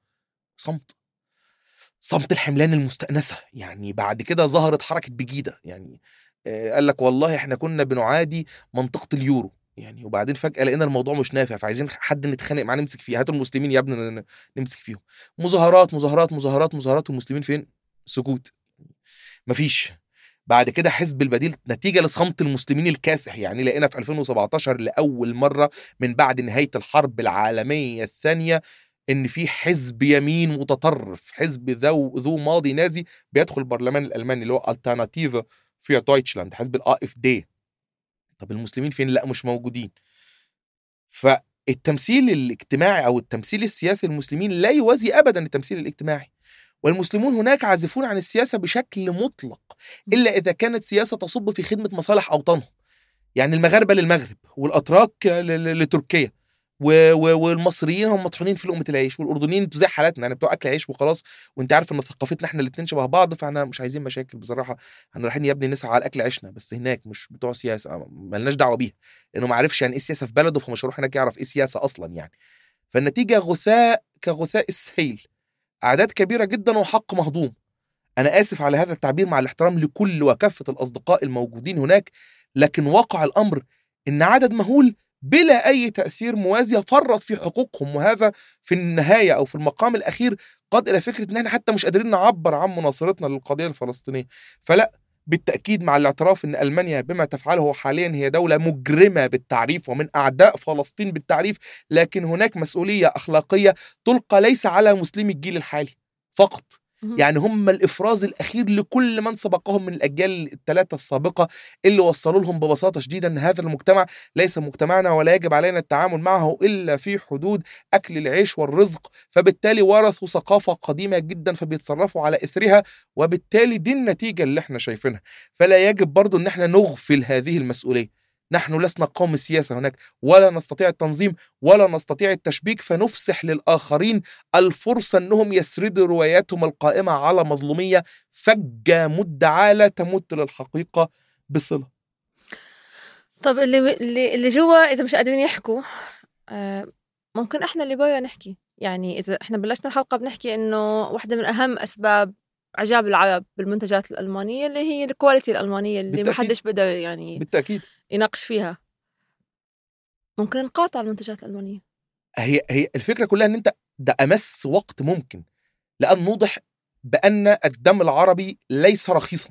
صمت الحملان المستأنسة. يعني بعد كده ظهرت حركة بجيدة، يعني قال لك والله احنا كنا بنعادي منطقة اليورو، يعني وبعدين فجأة لقينا الموضوع مش نافع، فعايزين حد نتخانق معاه نمسك فيه، هاتوا المسلمين يا ابني نمسك فيهم. مظاهرات مظاهرات مظاهرات مظاهرات، والمسلمين فين؟ سكوت، مفيش. بعد كده حزب البديل نتيجة لصمت المسلمين الكاسح. يعني لقينا في 2017 لأول مرة من بعد نهاية الحرب العالمية الثانية إن في حزب يمين متطرف، حزب ذو ماضي نازي بيدخل البرلمان الألماني اللي هو Alternative für Deutschland، حزب AfD. طب المسلمين فين؟ لا مش موجودين. فالتمثيل الاجتماعي أو التمثيل السياسي للمسلمين لا يوازي أبدا التمثيل الاجتماعي، والمسلمون هناك عازفون عن السياسة بشكل مطلق إلا إذا كانت سياسة تصب في خدمة مصالح أوطانهم. يعني المغاربة للمغرب، والأتراك لتركيا، والمصريين هم مطحونين في لقمة العيش، والأردنيين انتوا زي حالاتنا يعني بتوع أكل عيش وخلاص، وأنت عارف إن ثقافتنا إحنا الاتنين شبه بعض، فإحنا مش عايزين مشاكل بصراحة، إحنا رايحين يا ابني نسعى على أكل عيشنا بس هناك، مش بتوع سياسة مالناش دعوة بيها، لأنه ما عارفش يعني إيه سياسة في بلده، فمش هيروح هناك يعرف إيه سياسة أصلا يعني. فالنتيجة غثاء كغثاء السيل، أعداد كبيرة جدا وحق مهضوم. أنا آسف على هذا التعبير مع الاحترام لكل وكافة الأصدقاء الموجودين هناك، لكن واقع الأمر إن عدد مهول بلا أي تأثير موازي فرط في حقوقهم، وهذا في النهاية أو في المقام الأخير قاد إلى فكرة إن احنا حتى مش قادرين نعبر عن مناصرتنا للقضية الفلسطينية. فلا، بالتأكيد مع الاعتراف إن ألمانيا بما تفعله حاليا هي دولة مجرمة بالتعريف ومن أعداء فلسطين بالتعريف، لكن هناك مسؤولية أخلاقية تلقى ليس على مسلمي الجيل الحالي فقط، يعني هم الإفراز الأخير لكل من سبقهم من الأجيال الثلاثة السابقة، اللي وصلوا لهم ببساطة شديدة أن هذا المجتمع ليس مجتمعنا ولا يجب علينا التعامل معه إلا في حدود أكل العيش والرزق. فبالتالي ورثوا ثقافة قديمة جدا فبيتصرفوا على إثرها، وبالتالي دي النتيجة اللي احنا شايفينها. فلا يجب برضو أن احنا نغفل هذه المسؤولية. نحن لسنا قوم السياسة هناك، ولا نستطيع التنظيم ولا نستطيع التشبيك، فنفسح للآخرين الفرصة أنهم يسردوا رواياتهم القائمة على مظلومية فجة مدعاة لا تمت للحقيقة بصلة. طب اللي جوا إذا مش قادرين يحكوا، ممكن إحنا اللي برا نحكي. يعني إذا إحنا بلشنا الحلقة بنحكي إنه واحدة من أهم أسباب إعجاب العرب بالمنتجات الألمانية اللي هي الكواليتي الألمانية اللي ما حدش بدأ يعني بالتأكيد يناقش فيها. ممكن نقاطع المنتجات الألمانية. هي الفكرة كلها إن أنت ده أمس وقت ممكن لأن نوضح بأن الدم العربي ليس رخيصا.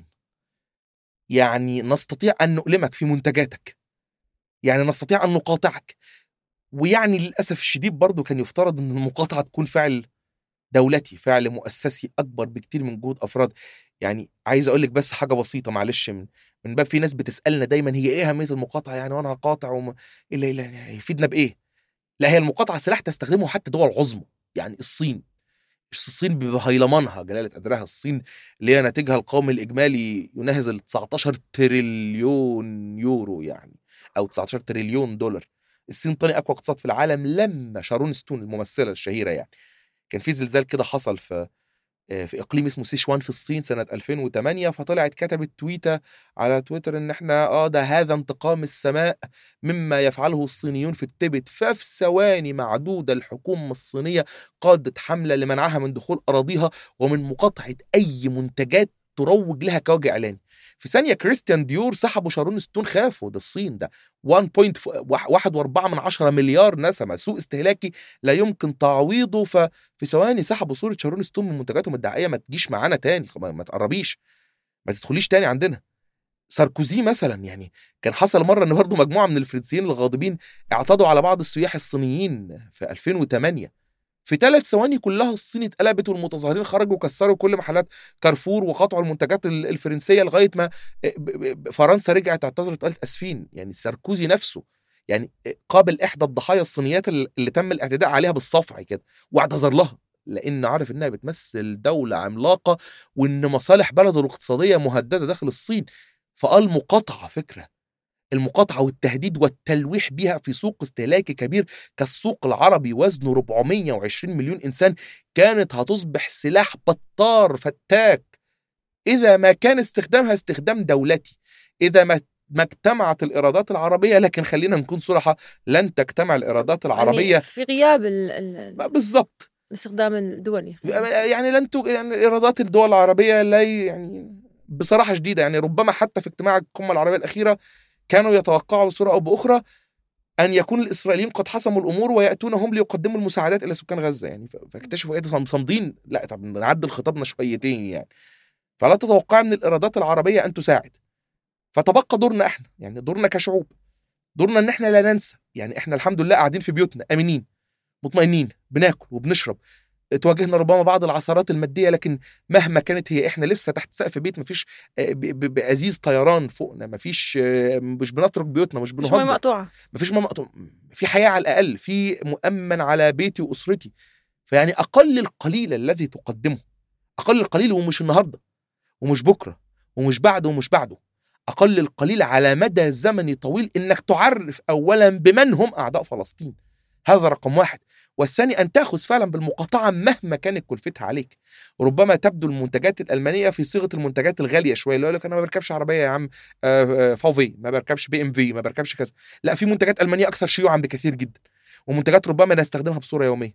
يعني نستطيع أن نؤلمك في منتجاتك، يعني نستطيع أن نقاطعك، ويعني للأسف الشديد برضو كان يفترض أن المقاطعة تكون فعل دولتي، فعل مؤسسي أكبر بكتير من جهود أفراد. يعني عايز أقول لك بس حاجة بسيطة معلش، من باب في ناس بتسألنا دايما هي إيه أهمية المقاطعة، يعني وأنا هقاطع إلا يفيدنا بإيه؟ لا، هي المقاطعة سلاح تستخدمه حتى دول عظمى، يعني الصين بهيلمانها جلالة قدرها، الصين اللي هي ناتجها القومي الإجمالي يناهز 19 تريليون يورو، يعني أو 19 تريليون دولار. الصين تاني أقوى اقتصاد في العالم لما شارون ستون الممثلة الشهيرة، يعني كان في زلزال كده حصل في اقليم اسمه سيشوان في الصين سنه 2008، فطلعت كتبت تويته على تويتر ان احنا ده هذا انتقام السماء مما يفعله الصينيون في التبت. ففي ثواني معدوده الحكومه الصينيه قادت حمله لمنعها من دخول اراضيها ومن مقاطعه اي منتجات تروج لها كوجه اعلاني. في ثانيه كريستيان ديور سحبوا شارون ستون، خافوا ده الصين ده 1.4 مليار نسمه، سوق استهلاكي لا يمكن تعويضه. في ثواني سحبوا صورة شارون ستون من منتجاتهم الدعائية، ما تجيش معانا تاني، ما تقربيش، ما تدخليش تاني عندنا. ساركوزي مثلا، يعني كان حصل مرة ان برضه مجموعة من الفرنسيين الغاضبين اعتدوا على بعض السياح الصينيين في 2008، في 3 ثواني كلها الصين اتقلبت، والمتظاهرين خرجوا وكسروا كل محلات كارفور وقطعوا المنتجات الفرنسيه، لغايه ما فرنسا رجعت اعتذرت وقالت اسفين. يعني ساركوزي نفسه يعني قابل احدى الضحايا الصينيات اللي تم الاعتداء عليها بالصفع كده، واعتذر لها لان عارف انها بتمثل دوله عملاقه، وان مصالح بلده الاقتصاديه مهدده داخل الصين. فقال مقاطعه فكره، المقاطعة والتهديد والتلويح بها في سوق استهلاكي كبير كالسوق العربي وزنه 420 مليون إنسان كانت هتصبح سلاح بطار فتاك إذا ما كان استخدامها استخدام دولتي، إذا ما اجتمعت الإيرادات العربية. لكن خلينا نكون صراحة، لن تجتمع الإيرادات العربية يعني في غياب بالضبط الاستخدام الدولي. يعني يعني إيرادات الدول العربية لا يعني بصراحة شديدة، يعني ربما حتى في اجتماع القمة العربية الأخيرة كانوا يتوقعوا بصورة أو بأخرى أن يكون الإسرائيليين قد حسموا الأمور ويأتون هم ليقدموا المساعدات إلى سكان غزة. يعني فاكتشفوا إيه ده صامدين؟ لا طب نعدل خطابنا شويتين يعني. فلا تتوقع من الإيرادات العربية أن تساعد. فتبقى دورنا إحنا، يعني دورنا كشعوب، دورنا إن إحنا لا ننسى. يعني إحنا الحمد لله قاعدين في بيوتنا آمنين مطمئنين، بناكل وبنشرب. تواجهنا ربما بعض العثرات الماديه، لكن مهما كانت هي احنا لسه تحت سقف بيت، مفيش بأزيز طيران فوقنا، مفيش مش بنترك بيوتنا، مش مفيش ميه بنهدر، مقطوعه، مفيش ميه مقطوعه، في حياه على الاقل، في مؤمن على بيتي واسرتي. فيعني اقل القليل الذي تقدمه، اقل القليل، ومش النهارده ومش بكره ومش بعده ومش بعده، اقل القليل على مدى زمني طويل، انك تعرف اولا بمن هم اعداء فلسطين. هذا رقم 1. والثاني أن تأخذ فعلا بالمقاطعة مهما كانت كلفتها عليك. ربما تبدو المنتجات الألمانية في صيغة المنتجات الغالية شوية، اللي يقول لك أنا ما بركبش عربية يا عم فوفي، ما بركبش BMW، ما بركبش كذا. لا، في منتجات ألمانية أكثر شيوعا بكثير جدا، ومنتجات ربما نستخدمها بصورة يومية.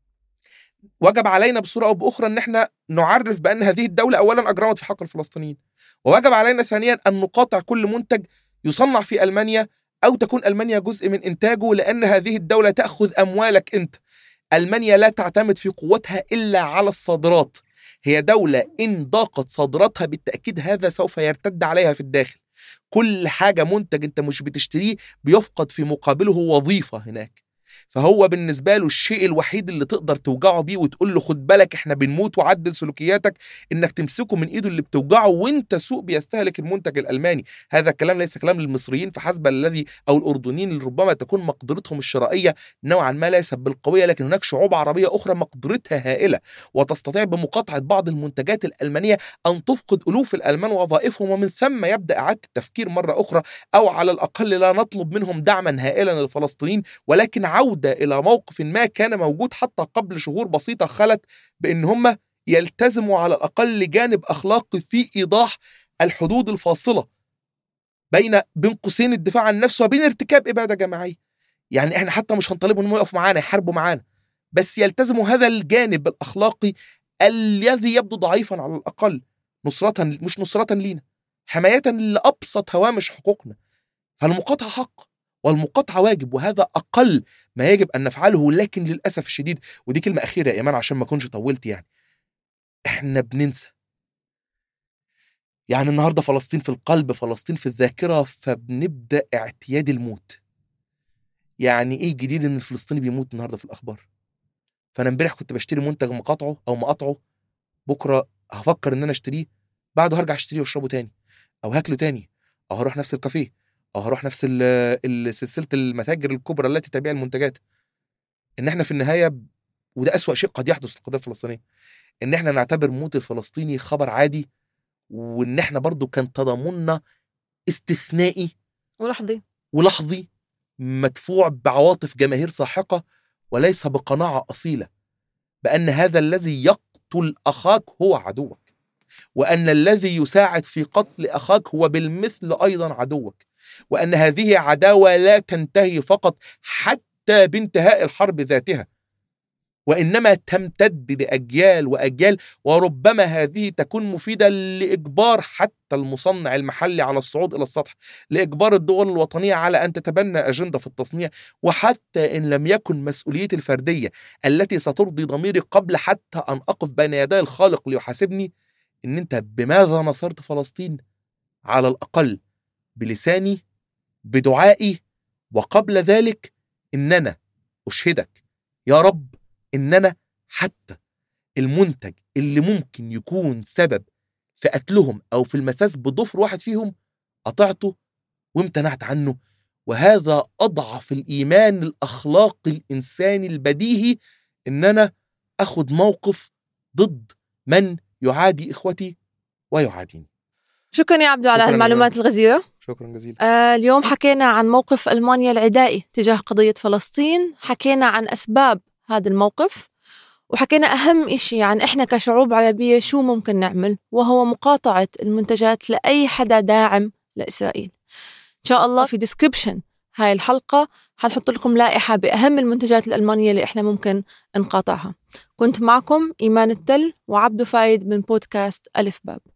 وجب علينا بصورة أو بأخرى أن احنا نعرف بأن هذه الدولة أولا أجرمت في حق الفلسطينيين، ووجب علينا ثانيا أن نقاطع كل منتج يصنع في ألمانيا أو تكون ألمانيا جزء من إنتاجه، لأن هذه الدولة تأخذ أموالك أنت. ألمانيا لا تعتمد في قوتها إلا على الصادرات، هي دولة إن ضاقت صادراتها بالتأكيد هذا سوف يرتد عليها في الداخل. كل حاجة منتج أنت مش بتشتريه بيفقد في مقابله وظيفة هناك. فهو بالنسبة له الشيء الوحيد اللي تقدر توجعه بيه وتقول له خد بالك احنا بنموت وعدل سلوكياتك، انك تمسكه من ايده اللي بتوجعه وانت سوق بيستهلك المنتج الالماني. هذا الكلام ليس كلام للمصريين فحسب الذي او الاردنيين اللي ربما تكون مقدرتهم الشرائيه نوعا ما ليست بالقويه، لكن هناك شعوب عربيه اخرى مقدرتها هائله وتستطيع بمقاطعه بعض المنتجات الالمانيه ان تفقد الوف الالمان وظائفهم، ومن ثم يبدا اعاده التفكير مره اخرى، او على الاقل لا نطلب منهم دعما هائلا للفلسطينيين، ولكن عودة إلى موقف ما كان موجود حتى قبل شهور بسيطة خلت، بأن هم يلتزموا على الأقل جانب أخلاقي في إيضاح الحدود الفاصلة بين قوسين الدفاع عن النفس وبين ارتكاب إبادة جماعية. يعني إحنا حتى مش هنطالبهم إنهم يقفوا معانا يحاربوا معانا، بس يلتزموا هذا الجانب الأخلاقي الذي يبدو ضعيفا على الأقل، نصرة مش نصرة لينا، حماية لأبسط هوامش حقوقنا. فالمقاطعة حق والمقاطعة واجب، وهذا أقل ما يجب أن نفعله. لكن للأسف الشديد، ودي كلمة أخيرة يا إيمان عشان ما أكونش طولت، يعني إحنا بننسى. يعني النهاردة فلسطين في القلب، فلسطين في الذاكرة، فبنبدأ اعتياد الموت. يعني إيه جديد إن الفلسطيني بيموت النهاردة في الأخبار؟ فأنا امبارح كنت بشتري منتج مقاطعه أو مقاطعه، بكرة هفكر إن أنا أشتريه، بعده هرجع أشتريه وأشربه تاني، أو هاكله تاني، أو هروح نفس الكافيه، أو هروح نفس سلسلة المتاجر الكبرى التي تبيع المنتجات. إن إحنا في النهاية، وده أسوأ شيء قد يحدث في القضية الفلسطينية، إن إحنا نعتبر موت الفلسطيني خبر عادي، وإن إحنا برضو كان تضامننا استثنائي ولحظي مدفوع بعواطف جماهير ساحقة وليس بقناعة أصيلة بأن هذا الذي يقتل أخاك هو عدوك، وأن الذي يساعد في قتل أخاك هو بالمثل أيضا عدوك، وأن هذه عداوة لا تنتهي فقط حتى بانتهاء الحرب ذاتها، وإنما تمتد لأجيال وأجيال، وربما هذه تكون مفيدة لإجبار حتى المصنع المحلي على الصعود إلى السطح، لإجبار الدول الوطنية على أن تتبنى أجندة في التصنيع. وحتى إن لم يكن مسؤوليتي الفردية التي سترضي ضميري قبل حتى أن أقف بين يدي الخالق ليحاسبني، إن أنت بماذا نصرت فلسطين؟ على الأقل بلساني، بدعائي، وقبل ذلك إن أنا أشهدك يا رب إن أنا حتى المنتج اللي ممكن يكون سبب في قتلهم أو في المساس بضفر واحد فيهم قطعته وامتنعت عنه. وهذا أضعف الإيمان الأخلاقي الإنساني البديهي، إن أنا أخذ موقف ضد من يعادي إخوتي ويعاديني. شكرا يا عبدو على شكراً هالمعلومات الغزيرة. شكرا جزيلا. اليوم حكينا عن موقف ألمانيا العدائي تجاه قضية فلسطين، حكينا عن أسباب هذا الموقف، وحكينا أهم إشي عن إحنا كشعوب عربية شو ممكن نعمل، وهو مقاطعة المنتجات لأي حدا داعم لإسرائيل. إن شاء الله في ديسكريبشن هاي الحلقة حنحط لكم لائحة بأهم المنتجات الألمانية اللي إحنا ممكن نقاطعها. كنت معكم إيمان التل وعبدو فايد من بودكاست ألف باب.